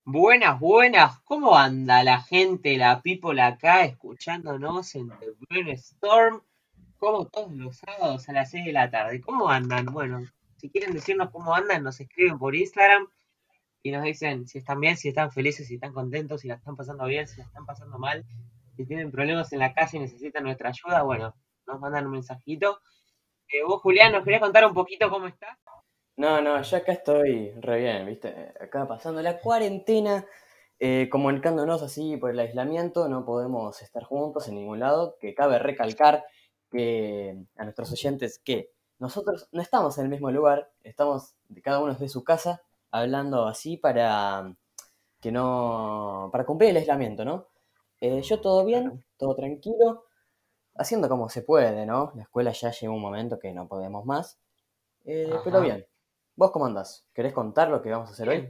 Buenas, buenas. ¿Cómo anda la gente, la people acá escuchándonos en The Brainstorm? Como todos los sábados a las 6 de la tarde. ¿Cómo andan? Bueno, si quieren decirnos cómo andan, nos escriben por Instagram y nos dicen si están bien, si están felices, si están contentos, si la están pasando bien, si la están pasando mal, si tienen problemas en la casa y necesitan nuestra ayuda. Bueno, nos mandan un mensajito. Vos, Julián, ¿nos querés contar un poquito cómo estás? No, yo acá estoy re bien, ¿viste? Acá pasando la cuarentena, comunicándonos así por el aislamiento, no podemos estar juntos en ningún lado, que cabe recalcar que a nuestros oyentes que nosotros no estamos en el mismo lugar, estamos de cada uno desde su casa, hablando así para cumplir el aislamiento, ¿no? Yo todo bien, Claro. todo tranquilo, haciendo como se puede, ¿no? La escuela ya llegó un momento que no podemos más. Pero Ajá. bien, ¿vos cómo andás? ¿Querés contar lo que vamos a hacer hoy? Bien.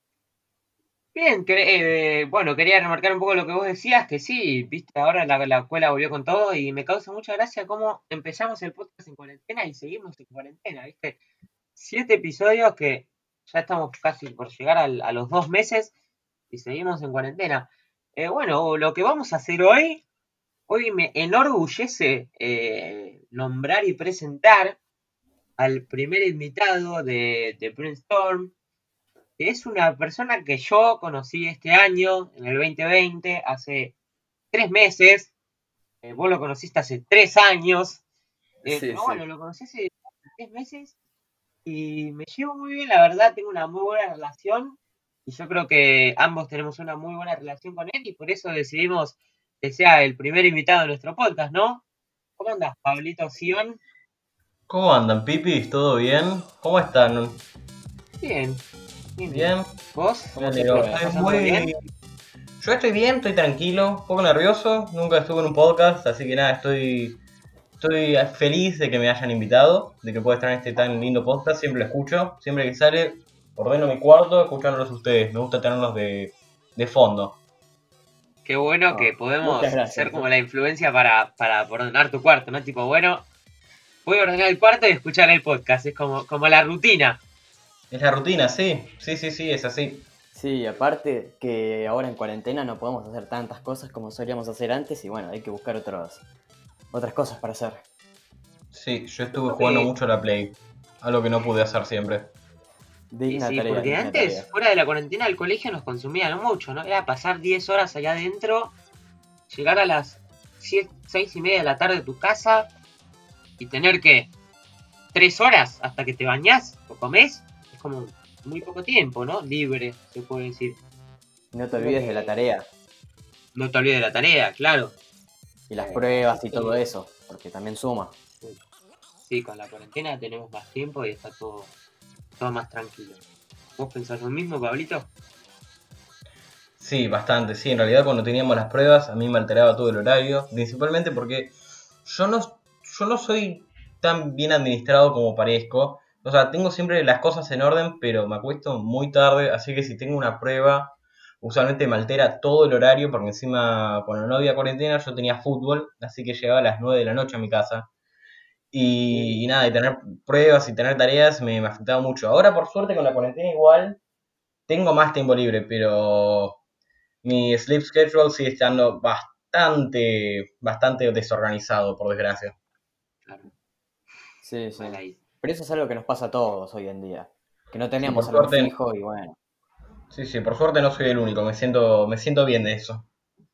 Bien, bueno, quería remarcar un poco lo que vos decías, que sí, viste, ahora la escuela volvió con todo y me causa mucha gracia cómo empezamos el podcast en cuarentena y seguimos en cuarentena, viste. 7 episodios que ya estamos casi por llegar a los 2 meses y seguimos en cuarentena. Bueno, lo que vamos a hacer hoy me enorgullece nombrar y presentar al primer invitado de Brainstorm, que es una persona que yo conocí este año, en el 2020, hace 3 meses. Vos lo conociste hace 3 años, Sí, pero bueno, sí. lo conocí hace 3 meses y me llevo muy bien, la verdad, tengo una muy buena relación y yo creo que ambos tenemos una muy buena relación con él y por eso decidimos que sea el primer invitado de nuestro podcast, ¿no? ¿Cómo andas, Pablito Sion? ¿Cómo andan, pipis? ¿Todo bien? ¿Cómo están? Bien, bien, bien. ¿Bien? ¿Vos? Me Qué alegro. ¿La estás bueno. Estoy pasando bien? muy... Yo estoy bien, estoy tranquilo, un poco nervioso. Nunca estuve en un podcast, así que nada, estoy feliz de que me hayan invitado, de que pueda estar en este tan lindo podcast. Siempre lo escucho. Siempre que sale, ordeno mi cuarto escuchándolos ustedes. Me gusta tenerlos de fondo. Qué bueno que Ah, muchas podemos ser gracias, como ¿eh? la influencia para ordenar tu cuarto, ¿no? Tipo, bueno, voy a ordenar el cuarto y escuchar el podcast. Es como la rutina. Es la rutina, sí. Sí, sí, sí, es así. Sí, aparte que ahora en cuarentena no podemos hacer tantas cosas como solíamos hacer antes y bueno, hay que buscar otras cosas para hacer. Sí, yo estuve Siento jugando que mucho a la Play. Algo que no pude hacer siempre. sí, Digna sí, tarea, porque digna antes, tarea. fuera de la cuarentena, el colegio nos consumía no mucho, ¿no? Era pasar 10 horas allá adentro, llegar a las 6:30 de la tarde a tu casa y tener que 3 horas hasta que te bañás o comés. Es como muy poco tiempo, ¿no? Libre, se puede decir. Y no te Siento olvides de la que tarea no te olvides de la tarea, claro. y las Así pruebas y todo que eso, porque también suma. sí, con la cuarentena tenemos más tiempo y está todo más tranquilo. ¿Vos pensás lo mismo, Pablito? Sí, bastante, sí. En realidad cuando teníamos las pruebas a mí me alteraba todo el horario, principalmente porque yo no, yo no soy tan bien administrado como parezco. O sea, tengo siempre las cosas en orden, pero me acuesto muy tarde, así que si tengo una prueba, usualmente me altera todo el horario, porque encima cuando no había cuarentena yo tenía fútbol, así que llegaba a las 9 de la noche a mi casa. Y nada, y tener pruebas y tener tareas me afectaba mucho. Ahora por suerte con la cuarentena igual tengo más tiempo libre, pero mi sleep schedule sigue estando bastante desorganizado, por desgracia. Claro, Sí, sí. mal ahí. Pero eso es algo que nos pasa a todos hoy en día, que no Sí, teníamos por algo suerte, fijo y bueno. sí, por suerte no soy el único, me siento bien de eso.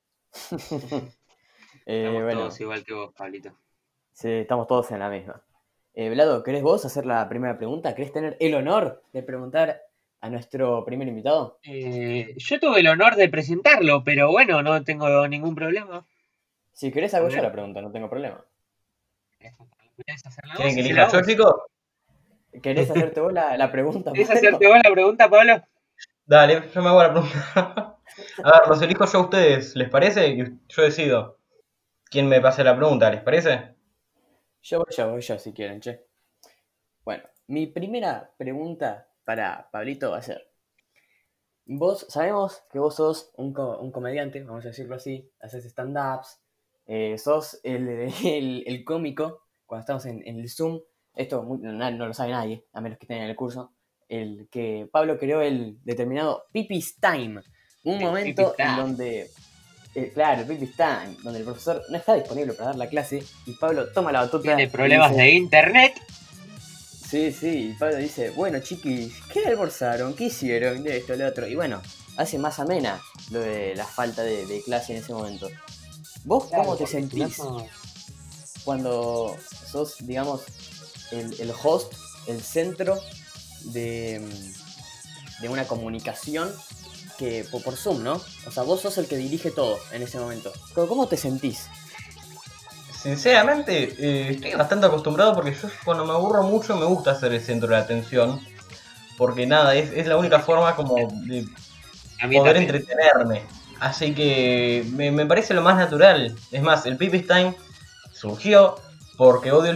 Estamos todos Bueno, igual que vos, Pablito. sí, estamos todos en la misma. Vlado, ¿querés vos hacer la primera pregunta? ¿Querés tener el honor de preguntar a nuestro primer invitado? Yo tuve el honor de presentarlo, pero bueno, no tengo ningún problema. Si querés A hago yo ver, la pregunta, no tengo problema. ¿querés hacerla ¿Quieren vos? que elija Hacela yo, vos. chicos? ¿Querés hacerte vos la pregunta, ¿Querés hacerte Pablo? vos la pregunta, Pablo? Dale, yo me hago la pregunta. A ver, los elijo yo a ustedes, ¿les parece? Y yo decido quién me pase la pregunta, ¿les parece? Yo, si quieren, che. Bueno, mi primera pregunta para Pablito va a ser, vos sabemos que vos sos un comediante, vamos a decirlo así, haces stand-ups, sos el cómico cuando estamos en el Zoom, esto no lo sabe nadie, a menos que estén en el curso, el que Pablo creó el determinado Pipis Time. Un El momento Pipis en Time. donde, claro, el Pipis Time, donde el profesor no está disponible para dar la clase y Pablo toma la batuta Tiene y problemas dice, de internet. sí, y Pablo dice, bueno chiquis, ¿qué almorzaron? ¿Qué hicieron? De esto, lo otro. Y bueno, hace más amena lo de la falta de clase en ese momento. ¿Vos cómo Claro, te porque si no sentís cuando sos, digamos, el host, el centro de, de una comunicación que por Zoom, ¿no? O sea, vos sos el que dirige todo en ese momento. ¿Cómo te sentís? Sinceramente, estoy bastante acostumbrado porque yo cuando me aburro mucho me gusta ser el centro de atención. Porque nada, es la única forma como de a mí poder también. entretenerme. Así que me parece lo más natural. Es más, el Pipis Time surgió porque odio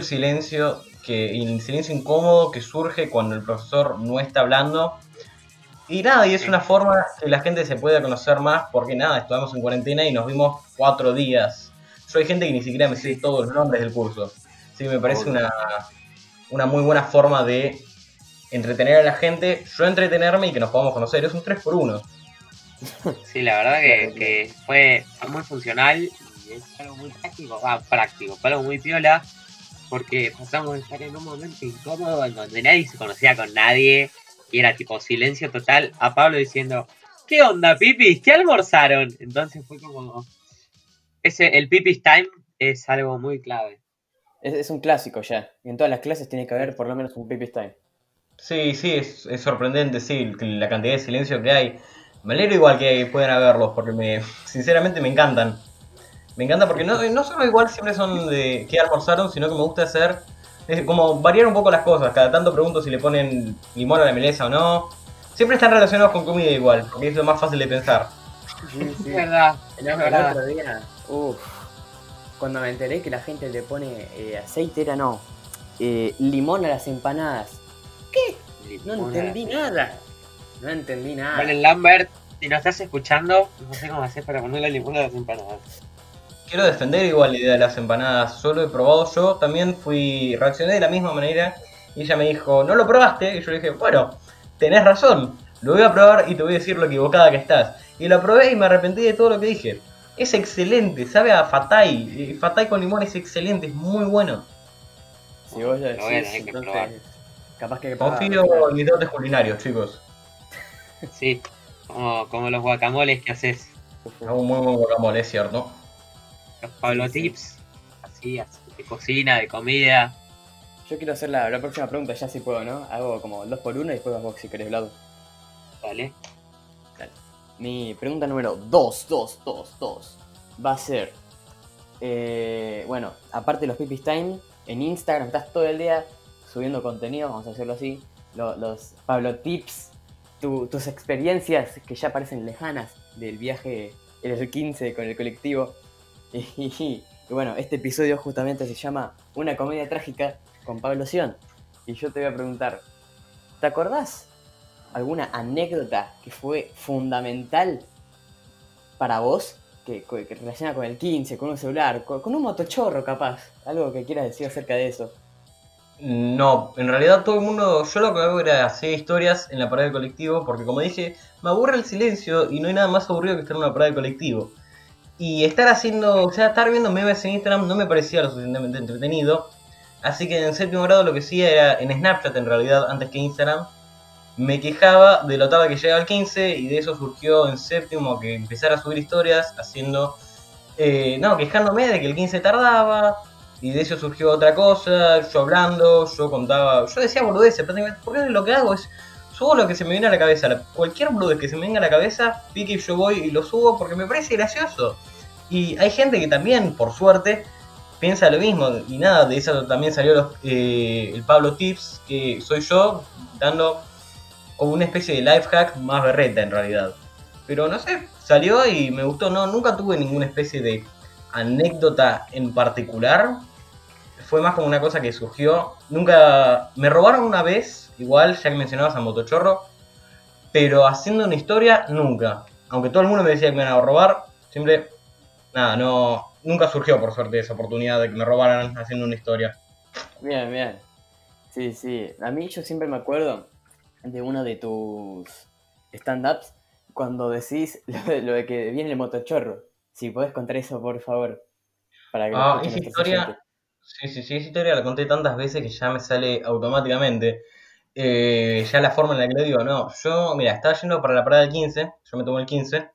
el silencio incómodo que surge cuando el profesor no está hablando. Y nada, y es una forma que la gente se pueda conocer más porque nada, estamos en cuarentena y nos vimos 4 días. Yo hay gente que ni siquiera me sé Sí, todos los nombres del curso. Así que me parece obvio. una muy buena forma de entretener a la gente, yo entretenerme y que nos podamos conocer. Es un 3 por 1. Sí, la verdad Claro, claro. que fue muy funcional y es algo muy práctico, fue algo muy piola, porque pasamos de estar en un momento incómodo en donde nadie se conocía con nadie y era tipo silencio total a Pablo diciendo, ¿qué onda, pipis? ¿Qué almorzaron? Entonces fue como, el pipis time es algo muy clave. Es un clásico ya. En todas las clases tiene que Sí, haber por lo menos un Pipis Time. Sí, es sorprendente, sí, la cantidad de silencio que hay. Me alegro igual que puedan haberlos, porque sinceramente me encantan. Me encanta porque no solo igual siempre son de qué almorzaron, sino que me gusta hacer, es como variar un poco las cosas. Cada tanto pregunto si le ponen limón a la meleza o no. Siempre están relacionados con comida igual, porque es lo más fácil de pensar. Sí, es sí. verdad, es El verdad. otro día, cuando me enteré que la gente le pone aceite, era no, limón a las empanadas. ¿Qué? No Limón a la entendí nada. semana. No entendí Valen nada. Lambert, si nos estás escuchando, no sé cómo hacer para ponerle limón a las empanadas. Quiero defender igual la idea de las empanadas. Yo lo he probado yo, también reaccioné de la misma manera. Y ella me dijo, ¿no lo probaste? Y yo le dije, bueno, tenés razón, lo voy a probar y te voy a decir lo equivocada que estás. Y lo probé y me arrepentí de todo lo que dije. Es excelente, sabe a Fatay. Fatay con limón es excelente, es muy bueno. Si vos lo Lo voy a decís, tener que probar. entonces capaz que hay que probarlo, Confío claro. en mis dotes culinarios, chicos. Sí, como los guacamoles que haces, Uf, uf. Hago un muy buen guacamole, es cierto. los Sí, Pablo sí. Tips, así, de cocina, de comida. Yo quiero hacer la próxima pregunta, ya si puedo, ¿no? Hago como el 2 por 1 y después vas vos si querés, Vlad. ¿Vale? Dale. Mi pregunta número 2 va a ser, bueno, aparte de los Pipis Time, en Instagram estás todo el día subiendo contenido, vamos a hacerlo así, los Pablo Tips, tus experiencias que ya parecen lejanas del viaje en el 15 con el colectivo. Y bueno, este episodio justamente se llama Una comedia trágica con Pablo Sion. Y yo te voy a preguntar, ¿te acordás alguna anécdota que fue fundamental para vos? Que relaciona con el 15, con un celular, con un motochorro capaz. Algo que quieras decir acerca de eso. No, en realidad todo el mundo, yo lo que hago era hacer historias en la parada del colectivo, porque como dije, me aburre el silencio y no hay nada más aburrido que estar en una parada del colectivo. Y estar haciendo, o sea, estar viendo memes en Instagram no me parecía lo suficientemente entretenido. Así que en séptimo grado lo que hacía era, en Snapchat en realidad, antes que Instagram, me quejaba de lo tarde que llegaba el 15 y de eso surgió en séptimo que empezar a subir historias haciendo, no, quejándome de que el 15 tardaba y de eso surgió otra cosa, yo hablando, yo contaba, yo decía boludeces prácticamente, porque lo que hago es subo lo que se me viene a la cabeza, cualquier boludez que se me venga a la cabeza, pique y yo voy y lo subo porque me parece gracioso. Y hay gente que también, por suerte, piensa lo mismo. Y nada, de eso también salió el Pablo Tips, que soy yo, dando como una especie de life hack más berreta en realidad. Pero no sé, salió y me gustó. No, nunca tuve ninguna especie de anécdota en particular. Fue más como una cosa que surgió. Nunca. Me robaron una vez, igual, ya que mencionabas a Motochorro. Pero haciendo una historia, nunca. Aunque todo el mundo me decía que me iban a robar, siempre. Nada, no. Nunca surgió por suerte esa oportunidad de que me robaran haciendo una historia. Bien, bien. Sí, sí. A mí yo siempre me acuerdo de uno de tus stand-ups cuando decís lo de que viene el motochorro. Si podés contar eso, por favor, para que lo escuchen Esa nuestros oyentes. historia, sí, esa historia la conté tantas veces que ya me sale automáticamente. Ya la forma en la que lo digo, no. Yo, mira, estaba yendo para la parada del 15, yo me tomé el 15.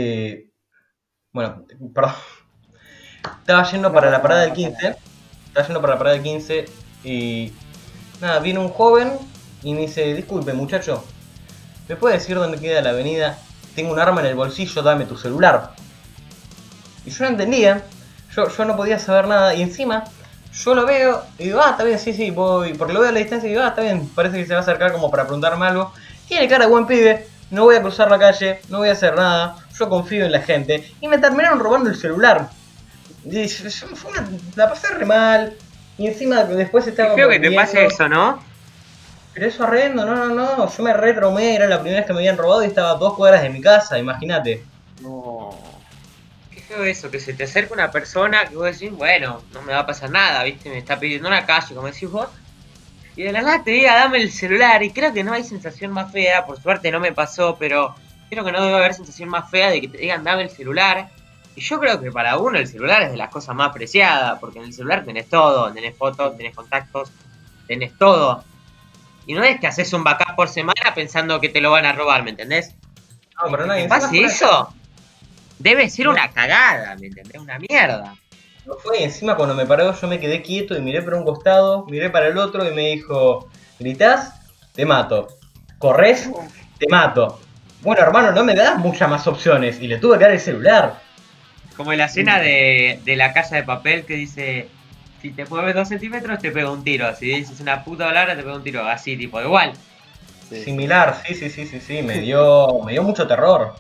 Bueno, perdón, estaba yendo No para la pasa parada nada, del no pasa 15, nada. estaba yendo para la parada del 15 y nada, viene un joven y me dice, disculpe muchacho, ¿me puede decir dónde queda la avenida? Tengo un arma en el bolsillo, dame tu celular. Y yo no entendía, yo no podía saber nada y encima yo lo veo y digo, está bien, sí, voy, porque lo veo a la distancia y digo, está bien, parece que se va a acercar como para preguntarme algo. Tiene cara de buen pibe, no voy a cruzar la calle, no voy a hacer nada, yo confío en la gente y me terminaron robando el celular. Y la pasé re mal. Y encima después Qué feo estábamos que te pase riendo. eso, ¿no? Pero eso horrendo, no. Yo me re traumé, era la primera vez que me habían robado y estaba a 2 cuadras de mi casa, imagínate. No. Qué feo eso, que se te acerca una persona que vos decís, bueno, no me va a pasar nada, ¿viste? Me está pidiendo una calle, como decís vos. Y de la nada te diga, dame el celular. Y creo que no hay sensación más fea, por suerte no me pasó, pero creo que no debe haber sensación más fea de que te digan, dame el celular. Y yo creo que para uno el celular es de las cosas más preciadas, porque en el celular tenés todo, tenés fotos, tenés contactos, tenés todo. Y no es que haces un backup por semana pensando que te lo van a robar, ¿me entendés? No, Y pero que no, y te encima fue pase eso, debe ser no, una cagada, ¿me entendés? Una mierda. no fue, y encima cuando me paró yo me quedé quieto y miré para un costado, miré para el otro y me dijo, ¿gritás? Te mato. ¿Corres? Te mato. Bueno, hermano, no me das muchas más opciones. Y le tuve que dar el celular. Como en la escena de la casa de papel que dice, si te mueves 2 centímetros te pego un tiro. Si dices una puta palabra te pego un tiro. Así, tipo, igual. Sí, sí. Similar, sí, me dio mucho terror.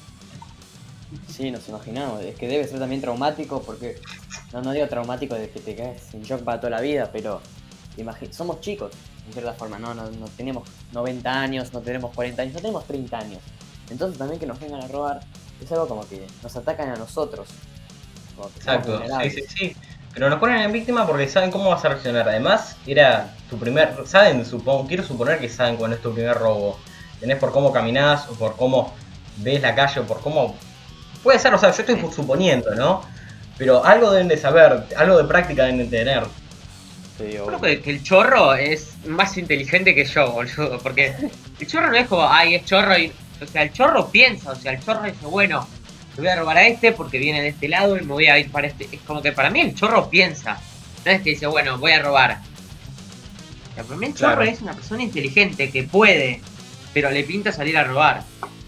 Sí, nos imaginamos. Es que debe ser también traumático porque, no digo traumático de que te quedes en shock para toda la vida, pero somos chicos, en cierta forma, no tenemos 90 años, no tenemos 40 años, no tenemos 30 años. Entonces también que nos vengan a robar es algo como que nos atacan a nosotros, como que somos Exacto, vulnerables. sí. Pero nos ponen en víctima porque saben cómo vas a reaccionar. Además, era tu primer. Saben, quiero suponer que saben cuándo es tu primer robo. Tenés por cómo caminás, o por cómo ves la calle, o por cómo. Puede ser, o sea, yo estoy suponiendo, ¿no? Pero algo deben de saber, algo de práctica deben de tener. Sí, Creo obvio. que el chorro es más inteligente que yo, boludo. Porque el chorro no es como, ay, es chorro y. O sea, el chorro piensa, o sea, el chorro dice, bueno, le voy a robar a este porque viene de este lado y me voy a ir para este. Es como que para mí el chorro piensa. No es que dice, bueno, voy a robar. O sea, para mí el chorro Claro. es una persona inteligente que puede, pero le pinta salir a robar.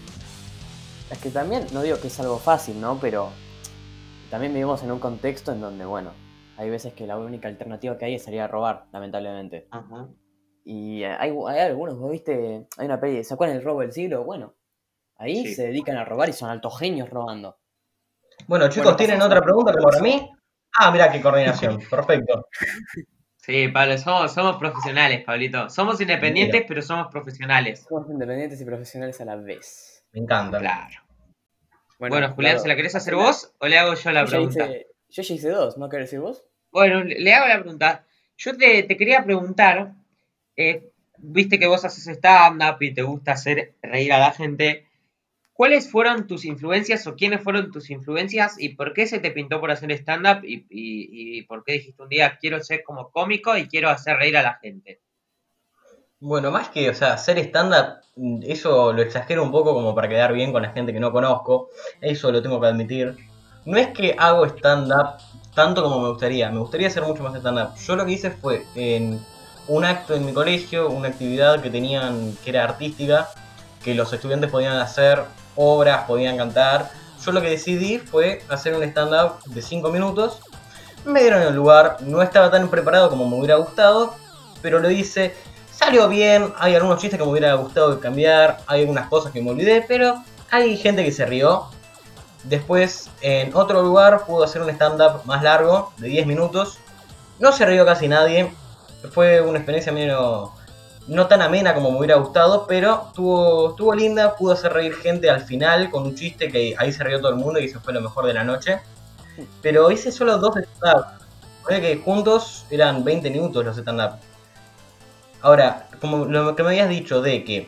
Es que también, no digo que es algo fácil, ¿no? Pero también vivimos en un contexto en donde, bueno, hay veces que la única alternativa que hay es salir a robar, lamentablemente. Ajá. Y hay algunos, vos viste, hay una peli, ¿se acuerdan el robo del siglo? Bueno, ahí Sí. se dedican a robar y son altos genios robando. Bueno, Bueno, chicos, ¿tienen pasamos a la otra película pregunta como para mí? Ah, mirá qué coordinación. Perfecto. Sí, Pablo, somos profesionales, Pablito. Somos Mira, independientes, pero somos profesionales. Somos independientes y profesionales a la vez. me encanta. Claro. Bueno, Bueno, Julián, ¿se Dado, la querés hacer hacela. vos o le hago yo la pregunta? Yo ya hice dos, ¿no querés decir vos? Bueno, le hago la pregunta. Yo te quería preguntar, viste que vos haces stand-up y te gusta hacer reír a la gente. ¿Cuáles fueron tus influencias o quiénes fueron tus influencias y por qué se te pintó por hacer stand-up y por qué dijiste un día quiero ser como cómico y quiero hacer reír a la gente? Bueno, más que, o sea, hacer stand-up, eso lo exagero un poco como para quedar bien con la gente que no conozco. Eso lo tengo que admitir. No es que hago stand-up tanto como me gustaría hacer mucho más stand-up. Yo lo que hice fue en un acto en mi colegio, una actividad que tenían que era artística, que los estudiantes podían hacer obras, podían cantar. Yo lo que decidí fue hacer un stand-up de 5 minutos. Me dieron el lugar, no estaba tan preparado como me hubiera gustado, pero lo hice. Salió bien, hay algunos chistes que me hubiera gustado cambiar, hay algunas cosas que me olvidé, pero hay gente que se rió. Después, en otro lugar, pude hacer un stand-up más largo, de 10 minutos. No se rió casi nadie. Fue una experiencia medio no tan amena como me hubiera gustado, pero estuvo linda. Pude hacer reír gente al final con un chiste que ahí se rió todo el mundo y eso fue lo mejor de la noche. Pero hice solo dos stand-up. Fue que juntos eran 20 minutos los stand-up. Ahora, como lo que me habías dicho de que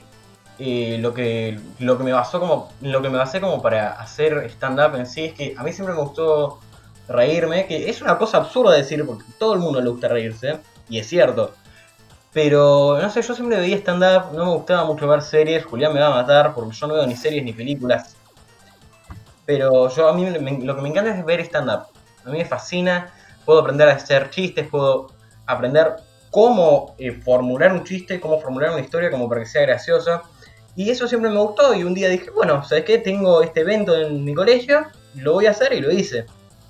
lo que me basó como lo que me basé como para hacer stand up en sí es que a mí siempre me gustó reírme, que es una cosa absurda decir porque todo el mundo le gusta reírse y es cierto. Pero no sé, yo siempre veía stand up, no me gustaba mucho ver series, Julián me va a matar porque yo no veo ni series ni películas. Pero yo a mí lo que me encanta es ver stand up. A mí me fascina, puedo aprender a hacer chistes, puedo aprender cómo formular un chiste, cómo formular una historia como para que sea graciosa. Y eso siempre me gustó y un día dije, bueno, ¿sabes qué? Tengo este evento en mi colegio, lo voy a hacer y lo hice.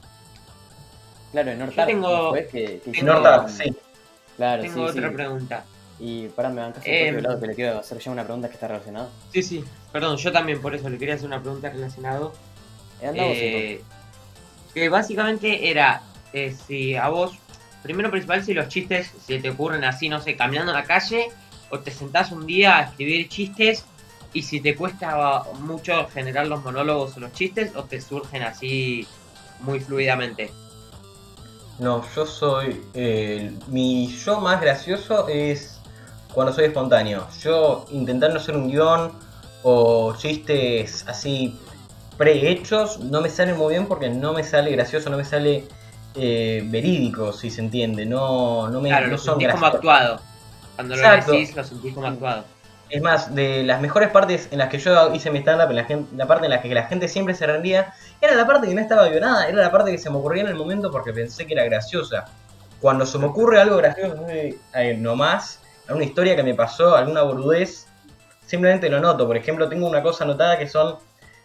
Claro, en Yo Nortar no tengo, fue que En hiciste Horta, tengo, sí. Claro, tengo sí, otra sí. pregunta. Y pará, me bancas un toque de lado Em, que le quiero hacer ya una pregunta que está relacionada. sí, sí, perdón, yo también por eso le quería hacer una pregunta relacionada. Anda vos entonces. Eh, que básicamente era si a vos, primero principal, si los chistes se te ocurren así, no sé, caminando en la calle, o te sentás un día a escribir chistes, y si te cuesta mucho generar los monólogos o los chistes, o te surgen así muy fluidamente. No, yo soy. Mi yo más gracioso es cuando soy espontáneo. Yo intentando hacer un guión o chistes así prehechos no me sale muy bien porque no me sale gracioso, no me sale verídico, si se entiende. No, Claro, no lo son sentís como graciosos. actuado. Cuando lo Exacto. decís, lo sentís como Mm. actuado. Es más, de las mejores partes en las que yo hice mi stand-up, la parte en la que la gente siempre se rendía, era la parte que no estaba guionada, era la parte que se me ocurría en el momento porque pensé que era graciosa. Cuando se me ocurre algo gracioso, nomás, alguna historia que me pasó, alguna boludez, simplemente lo noto. Por ejemplo, tengo una cosa anotada que son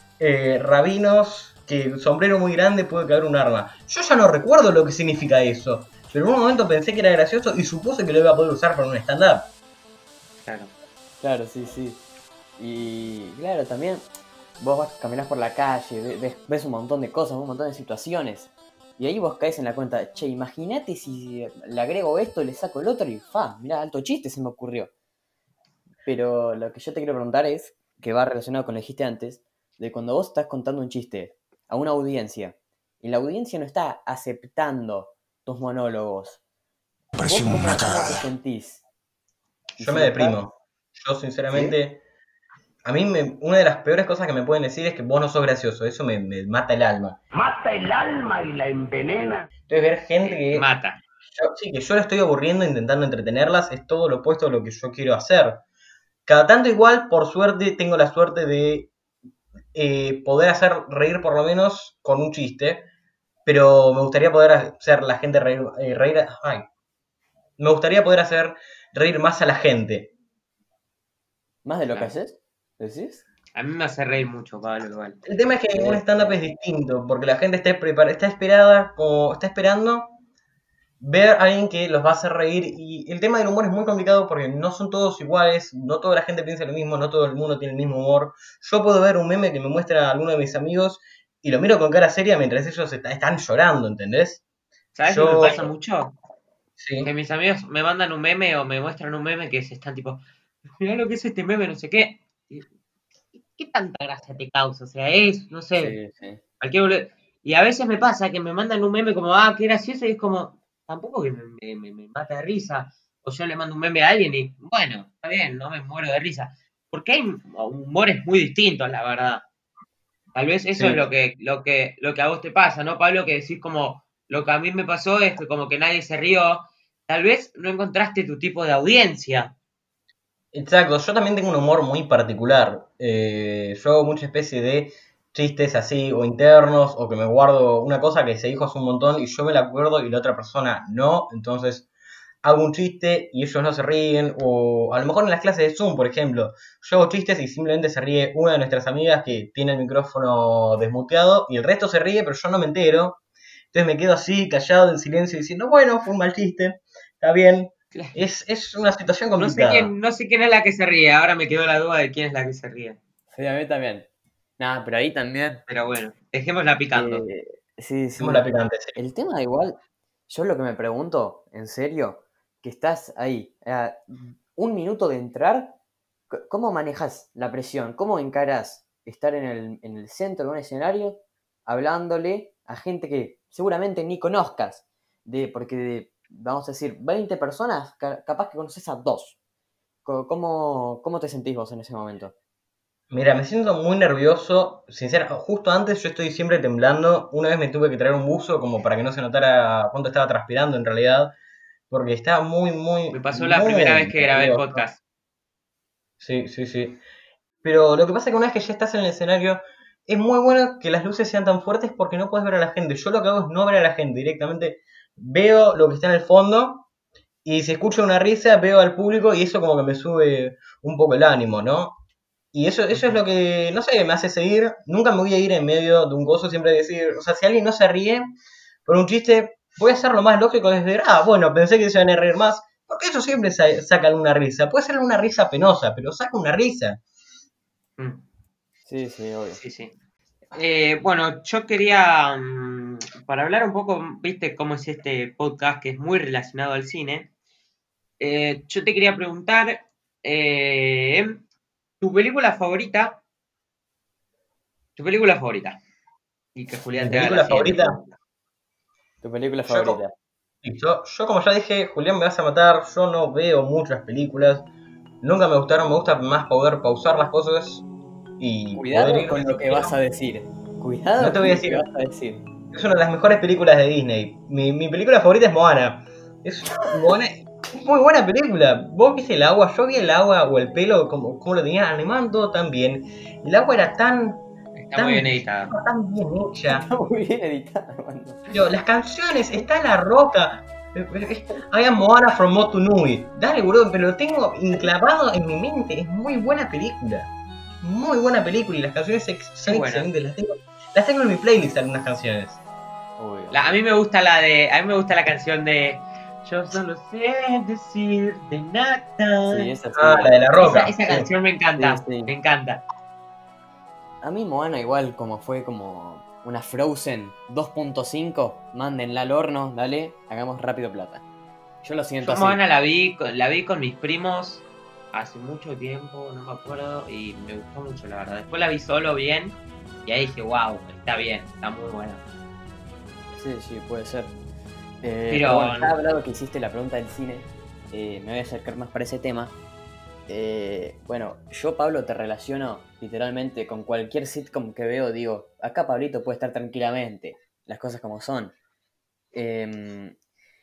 rabinos, que sombrero muy grande puede caer un arma. Yo ya no recuerdo lo que significa eso, pero en un momento pensé que era gracioso y supuse que lo iba a poder usar para un stand-up. Claro. Claro, sí, sí. Y claro, también vos caminás por la calle, ves un montón de cosas, un montón de situaciones. Y ahí vos caes en la cuenta, che, imagínate si le agrego esto, le saco el otro y fa, mirá, alto chiste se me ocurrió. Pero lo que yo te quiero preguntar es, que va relacionado con lo que dijiste antes, de cuando vos estás contando un chiste a una audiencia y la audiencia no está aceptando tus monólogos, ¿vos Pareció una cómo te cagada. sentís? Y Yo si me lo estás, deprimo. Yo ¿sí? sinceramente, una de las peores cosas que me pueden decir es que vos no sos gracioso. Eso me mata el alma. Mata el alma y la envenena. Entonces ver gente que Mata. sí, que yo la estoy aburriendo intentando entretenerlas es todo lo opuesto a lo que yo quiero hacer. Cada tanto igual, por suerte, tengo la suerte de poder hacer reír por lo menos con un chiste, pero me gustaría poder hacer la gente reír, ay, me gustaría poder hacer reír más a la gente. ¿Más de lo que Claro. haces? ¿Decís? A mí me hace reír mucho, Pablo, igual. El tema es que un Sí, stand-up es distinto, porque la gente está esperada, como está esperando ver a alguien que los va a hacer reír. Y el tema del humor es muy complicado porque no son todos iguales, no toda la gente piensa lo mismo, no todo el mundo tiene el mismo humor. Yo puedo ver un meme que me muestra a alguno de mis amigos y lo miro con cara seria mientras ellos están llorando, ¿entendés? ¿Sabes qué me Yo, pasa mucho? Que sí, mis amigos me mandan un meme o me muestran un meme que se están tipo, mirá lo que es este meme, no sé qué. ¿Qué tanta gracia te causa? O sea, es, no sé, sí, sí. cualquier Y a veces me pasa que me mandan un meme como, ah, qué gracioso, y es como, tampoco que me mata de risa. O yo le mando un meme a alguien y, bueno, está bien, no me muero de risa. Porque hay humores muy distintos, la verdad. Tal vez eso es sí. lo que a vos te pasa, ¿no, Pablo? Que decís como, lo que a mí me pasó es que como que nadie se rió. Tal vez no encontraste tu tipo de audiencia. Exacto, yo también tengo un humor muy particular. Yo hago mucha especie de chistes así o internos o que me guardo una cosa que se dijo hace un montón y yo me la acuerdo y la otra persona no. Entonces hago un chiste y ellos no se ríen. O a lo mejor en las clases de Zoom, por ejemplo, yo hago chistes y simplemente se ríe una de nuestras amigas que tiene el micrófono desmuteado y el resto se ríe, pero yo no me entero. Entonces me quedo así, callado, en silencio, diciendo, bueno, fue un mal chiste, está bien. Es una situación complicada. No sé quién es la que se ríe. Ahora me quedó la duda de quién es la que se ríe. Sí, a mí también. Nada, pero ahí también. Pero bueno, dejémosla picando. Sí, Hacemos la sí. picante, sí. El tema igual, yo lo que me pregunto, en serio, que estás ahí, a un minuto de entrar, ¿cómo manejas la presión? ¿Cómo encarás estar en el centro de un escenario hablándole a gente que seguramente ni conozcas? Porque vamos a decir, 20 personas, capaz que conoces a dos. ¿Cómo te sentís vos en ese momento? Mira, me siento muy nervioso. Sinceramente, justo antes yo estoy siempre temblando. Una vez me tuve que traer un buzo como para que no se notara cuánto estaba transpirando en realidad. Porque estaba muy, muy, Me pasó la primera vez muy que grabé el nervioso. podcast. Sí, sí, sí. Pero lo que pasa es que una vez que ya estás en el escenario, es muy bueno que las luces sean tan fuertes porque no puedes ver a la gente. Yo lo que hago es no ver a la gente, directamente veo lo que está en el fondo y si escucho una risa veo al público y eso como que me sube un poco el ánimo, ¿no? Y eso es Ujú. lo que, no sé, me hace seguir. Nunca me voy a ir en medio de un gozo, siempre decir, o sea, si alguien no se ríe por un chiste, voy a hacer lo más lógico, es decir, bueno, pensé que se iban a reír más, porque eso siempre saca alguna risa. Puede ser una risa penosa, pero saca una risa. Mm, Sí, sí, obvio. sí, sí. Bueno, yo quería, para hablar un poco, viste cómo es este podcast que es muy relacionado al cine, yo te quería preguntar, eh, ¿tu película favorita? ¿Tu película favorita? Y que Mi Julián te haga la película siguiente favorita, pregunta. ¿Tu película yo, co- favorita? sí, yo como ya dije, Julián me vas a matar, yo no veo muchas películas, nunca me gustaron, me gusta más poder pausar las cosas y poder Cuidado ir con de lo que lleno. vas a decir. No Cuidado te voy con a lo que decir, vas a decir. es una de las mejores películas de Disney. Mi película favorita es Moana. Moana es muy buena película. Vos viste el agua, yo vi el agua o el pelo, como lo tenía animado todo tan bien. El agua era Está muy bien tan, editada. tan bien hecha. Está muy bien editado, mano. Pero las canciones, está La Roca. I am Moana from Motunui. Dale, boludo, pero lo tengo enclavado en mi mente. Es muy buena película. Muy buena película y las canciones Es son buena. excelentes. Las tengo en mi playlist algunas canciones. Obvio, A sí. mí me gusta la de. A mí me gusta la canción de. Yo solo sé decir de nada. Sí, es Ah, la así. de La Roca, Esa sí. canción me Sí, encanta. sí. Me encanta. A mí Moana igual como fue como una Frozen 2.5, mándenla al horno, dale, hagamos rápido plata. Yo lo siento Yo así. Moana la vi con mis primos hace mucho tiempo, no me acuerdo, y me gustó mucho, la verdad. Después la vi solo bien, y ahí dije, wow, está bien, está muy buena. Sí, sí, puede ser. Pero bueno, Pero, ya hablado que hiciste la pregunta del cine, me voy a acercar más para ese tema. Bueno, yo Pablo te relaciono literalmente con cualquier sitcom que veo, digo, acá Pablito puede estar tranquilamente, las cosas como son. Em,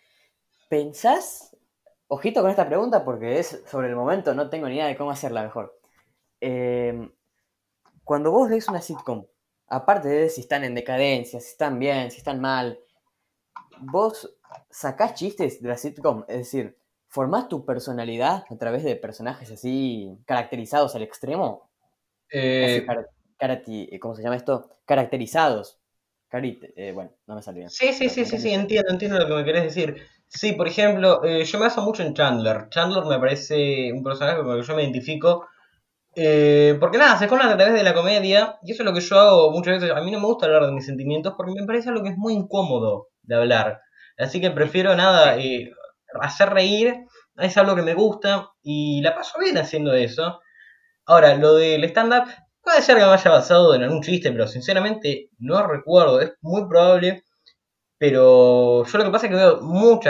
¿Pensás? Ojito con esta pregunta porque es sobre el momento, no tengo ni idea de cómo hacerla mejor. Em, Cuando vos ves una sitcom, aparte de si están en decadencia, si están bien, si están mal, vos sacás chistes de la sitcom, es decir, formás tu personalidad a través de personajes así caracterizados al extremo, casi Eh, ¿cómo se llama esto? Caracterizados. Bueno, no me salió bien. sí, sí, Pero sí, ¿me sí, sí, entendiste? entiendo lo que me querés decir. Sí, por ejemplo, yo me baso mucho en Chandler. Chandler me parece un personaje con el que yo me identifico. Porque nada, se esconde a través de la comedia. Y eso es lo que yo hago muchas veces. A mí no me gusta hablar de mis sentimientos porque me parece algo que es muy incómodo de hablar. Así que prefiero nada, sí. hacer reír. Es algo que me gusta y la paso bien haciendo eso. Ahora, lo del stand-up puede ser que me haya basado en algún chiste, pero sinceramente no recuerdo. Es muy probable. Pero yo lo que pasa es que veo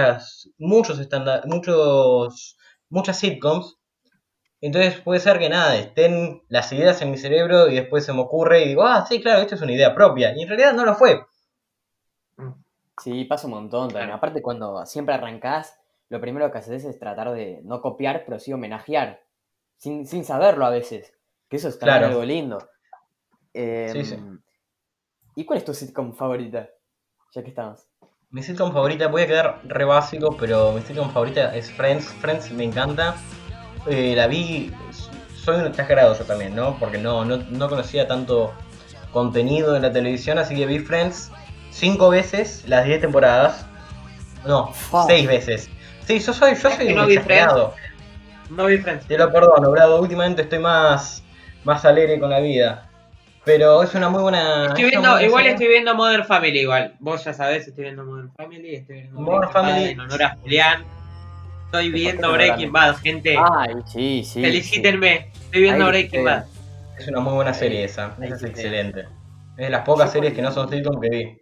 muchas sitcoms. Entonces puede ser que nada, estén las ideas en mi cerebro y después se me ocurre y digo, sí, claro, esto es una idea propia. Y en realidad no lo fue. Mm, Sí, pasa un montón también. claro. Aparte, cuando siempre arrancás, lo primero que haces es tratar de no copiar, pero sí homenajear. Sin saberlo a veces. Que eso es también Claro, algo lindo. sí, sí. ¿Y cuál es tu sitcom favorita? Ya que estamos. Mi sitcom favorita, voy a quedar re básico, pero mi sitcom favorita es Friends. Friends me encanta. La vi, soy un exagerado yo también, ¿no? Porque no conocía tanto contenido en la televisión, así que vi Friends 5 veces, las 10 temporadas. No, Fa. 6 veces. Sí, yo ¿Sabes soy que un no vi Friends? exagerado. No vi Friends. Te lo perdono, Brado. Últimamente estoy más alegre con la vida. Pero es una muy buena Igual serie. estoy viendo Modern Family igual. Vos ya sabés, estoy viendo Modern Family, estoy viendo Modern Breaking Bad Family, en honor a Julián. Estoy ¿Por qué viendo no lo Breaking grande? Bad, gente. Ay, sí, sí, sí. Felicítenme. Estoy Ahí viendo te Breaking pego. Bad. es una muy buena Ahí, serie esa. ahí Esa es te pego. excelente. Es de las pocas Yo series que no son con. sitcom que vi.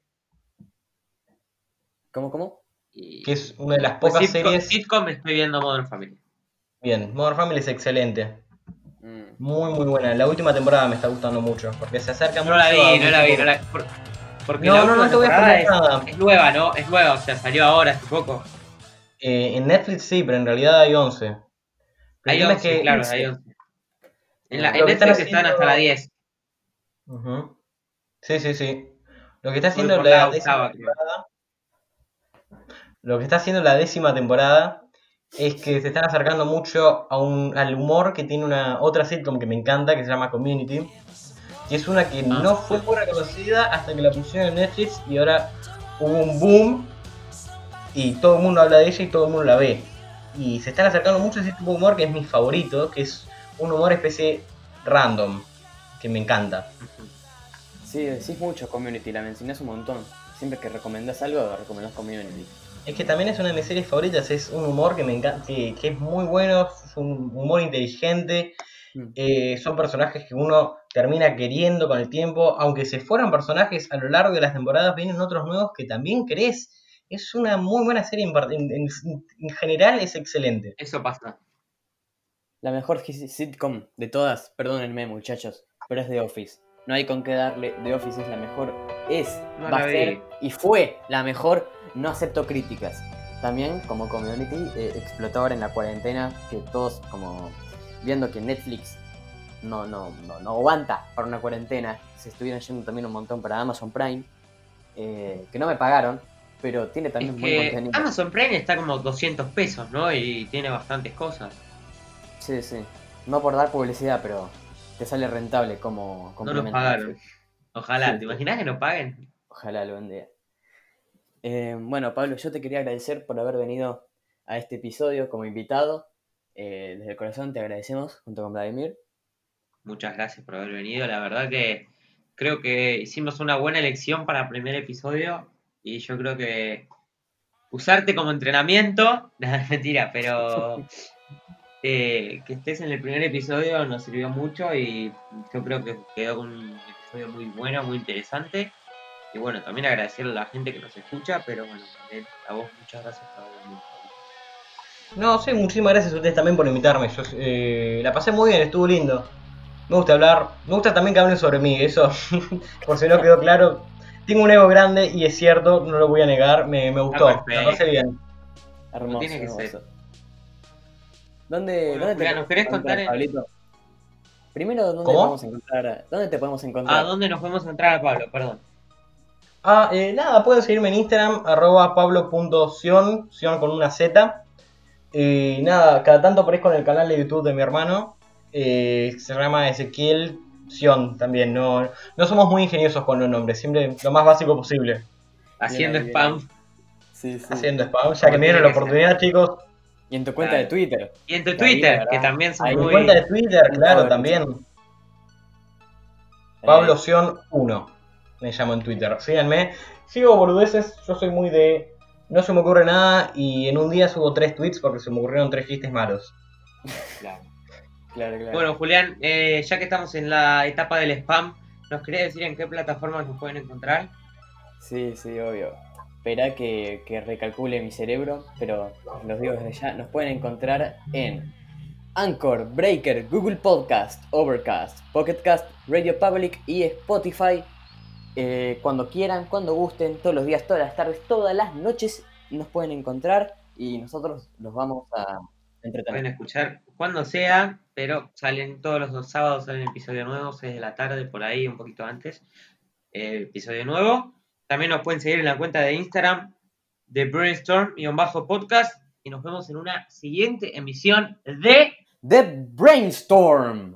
¿Cómo, cómo? Que Y es una de las después pocas series. sitcom estoy viendo Modern Family. Bien, Modern Family es excelente. Mm. Muy, muy buena. La última temporada me está gustando mucho, porque se acerca No la mucho a vi, un no la vi, tipo... no la porque No, la no, última no te voy a temporada spoiler nada. es nueva, ¿no? Es nueva, o sea, salió ahora hace poco. En Netflix sí, pero en realidad hay 11. Pero el Hay tema es 11, que claro, hay 11. En lo que están Netflix están haciendo... hasta la 10. Ujú. Sí, sí, sí. Lo que está Voy haciendo por la la décima octava, creo. temporada, lo que está haciendo la 10ª temporada es que se están acercando mucho al humor que tiene una otra sitcom que me encanta, que se llama Community, que es una que Ah, no fue muy reconocida hasta que la pusieron en Netflix y ahora hubo un boom y todo el mundo habla de ella y todo el mundo la ve. Y se están acercando mucho a ese tipo de humor que es mi favorito, que es un humor especie random, que me encanta. ujú. Sí, decís mucho Community, la mencionás un montón. Siempre que recomendás algo, recomendás Community. Es que también es una de mis series favoritas, es un humor que me encanta, que es muy bueno, es un humor inteligente, Mm. son personajes que uno termina queriendo con el tiempo, aunque se fueran personajes a lo largo de las temporadas, vienen otros nuevos que también querés. Es una muy buena serie, en general es excelente. Eso pasa. La mejor sitcom de todas, perdónenme muchachos, pero es The Office. No hay con qué darle, The Office es la mejor, No va la a vi. ser y fue la mejor, no acepto críticas. También como Community explotó ahora en la cuarentena, que todos como viendo que Netflix no aguanta para una cuarentena, se estuvieron yendo también un montón para Amazon Prime, que no me pagaron, pero tiene Es también buen que contenido. Amazon Prime está como 200 pesos, ¿no? Y tiene bastantes cosas. Sí, sí. No por dar publicidad, pero te sale rentable como No nos complemento a pagaron. Netflix. Ojalá, Sí, ¿te sí. imaginas que nos paguen? Ojalá algún día. Bueno, Pablo, yo te quería agradecer por haber venido a este episodio como invitado. Desde el corazón te agradecemos junto con Vladimir. Muchas gracias por haber venido. La verdad que creo que hicimos una buena elección para el primer episodio. Y yo creo que usarte como entrenamiento, nada, es mentira, pero que estés en el primer episodio nos sirvió mucho y yo creo que quedó un episodio muy bueno, muy interesante. Y bueno, también agradecerle a la gente que nos escucha, pero bueno, también a vos muchas gracias por haber venido. No, sí, muchísimas gracias a ustedes también por invitarme. Yo la pasé muy bien, estuvo lindo. Me gusta hablar, me gusta también que hablen sobre mí, eso, por si no quedó claro. Tengo un ego grande y es cierto, no lo voy a negar, me Está gustó, la pasé perfecto, bien. como tiene Hermoso, que ser. hermoso. ¿Dónde, Bueno, dónde te Julián, ¿nos podemos querés contar encontrar, Pablito? Primero, ¿Cómo? ¿dónde te podemos a encontrar? dónde nos podemos entrar, Pablo? Perdón. Nada, pueden seguirme en Instagram, pablo.sion, Sion con una Z. Y nada, cada tanto aparezco en el canal de YouTube de mi hermano, se llama Ezequiel Sion también. No, no somos muy ingeniosos con los nombres, siempre lo más básico posible. Bien Haciendo ahí, bien ahí. spam, Sí, sí. Haciendo spam, ya que como me dieron tiene la que ser. oportunidad, chicos. Y en tu cuenta de Claro. Twitter, Y en tu que ahí la Twitter, que verdad, también sos ahí En mi cuenta muy... de Twitter, un claro, cago de risa. también. Ahí, Pablo ahí. Sion 1 me llamo en Twitter. Síganme. Sigo boludeces, yo soy muy de. No se me ocurre nada y en un día subo 3 tweets porque se me ocurrieron 3 chistes malos. Claro. Claro, claro. Bueno, Julián, ya que estamos en la etapa del spam, ¿nos querés decir en qué plataformas nos pueden encontrar? Sí, sí, obvio. Espera que recalcule mi cerebro, pero los digo desde ya. Nos pueden encontrar en Anchor, Breaker, Google Podcast, Overcast, Pocketcast, Radio Public y Spotify. Cuando quieran, cuando gusten, todos los días, todas las tardes, todas las noches nos pueden encontrar y nosotros los vamos a entretener. Pueden escuchar cuando sea, pero salen todos los dos sábados, salen episodio nuevo, 6 de la tarde, por ahí, un poquito antes. Episodio nuevo. También nos pueden seguir en la cuenta de Instagram de Brainstorm-podcast y nos vemos en una siguiente emisión de The Brainstorm.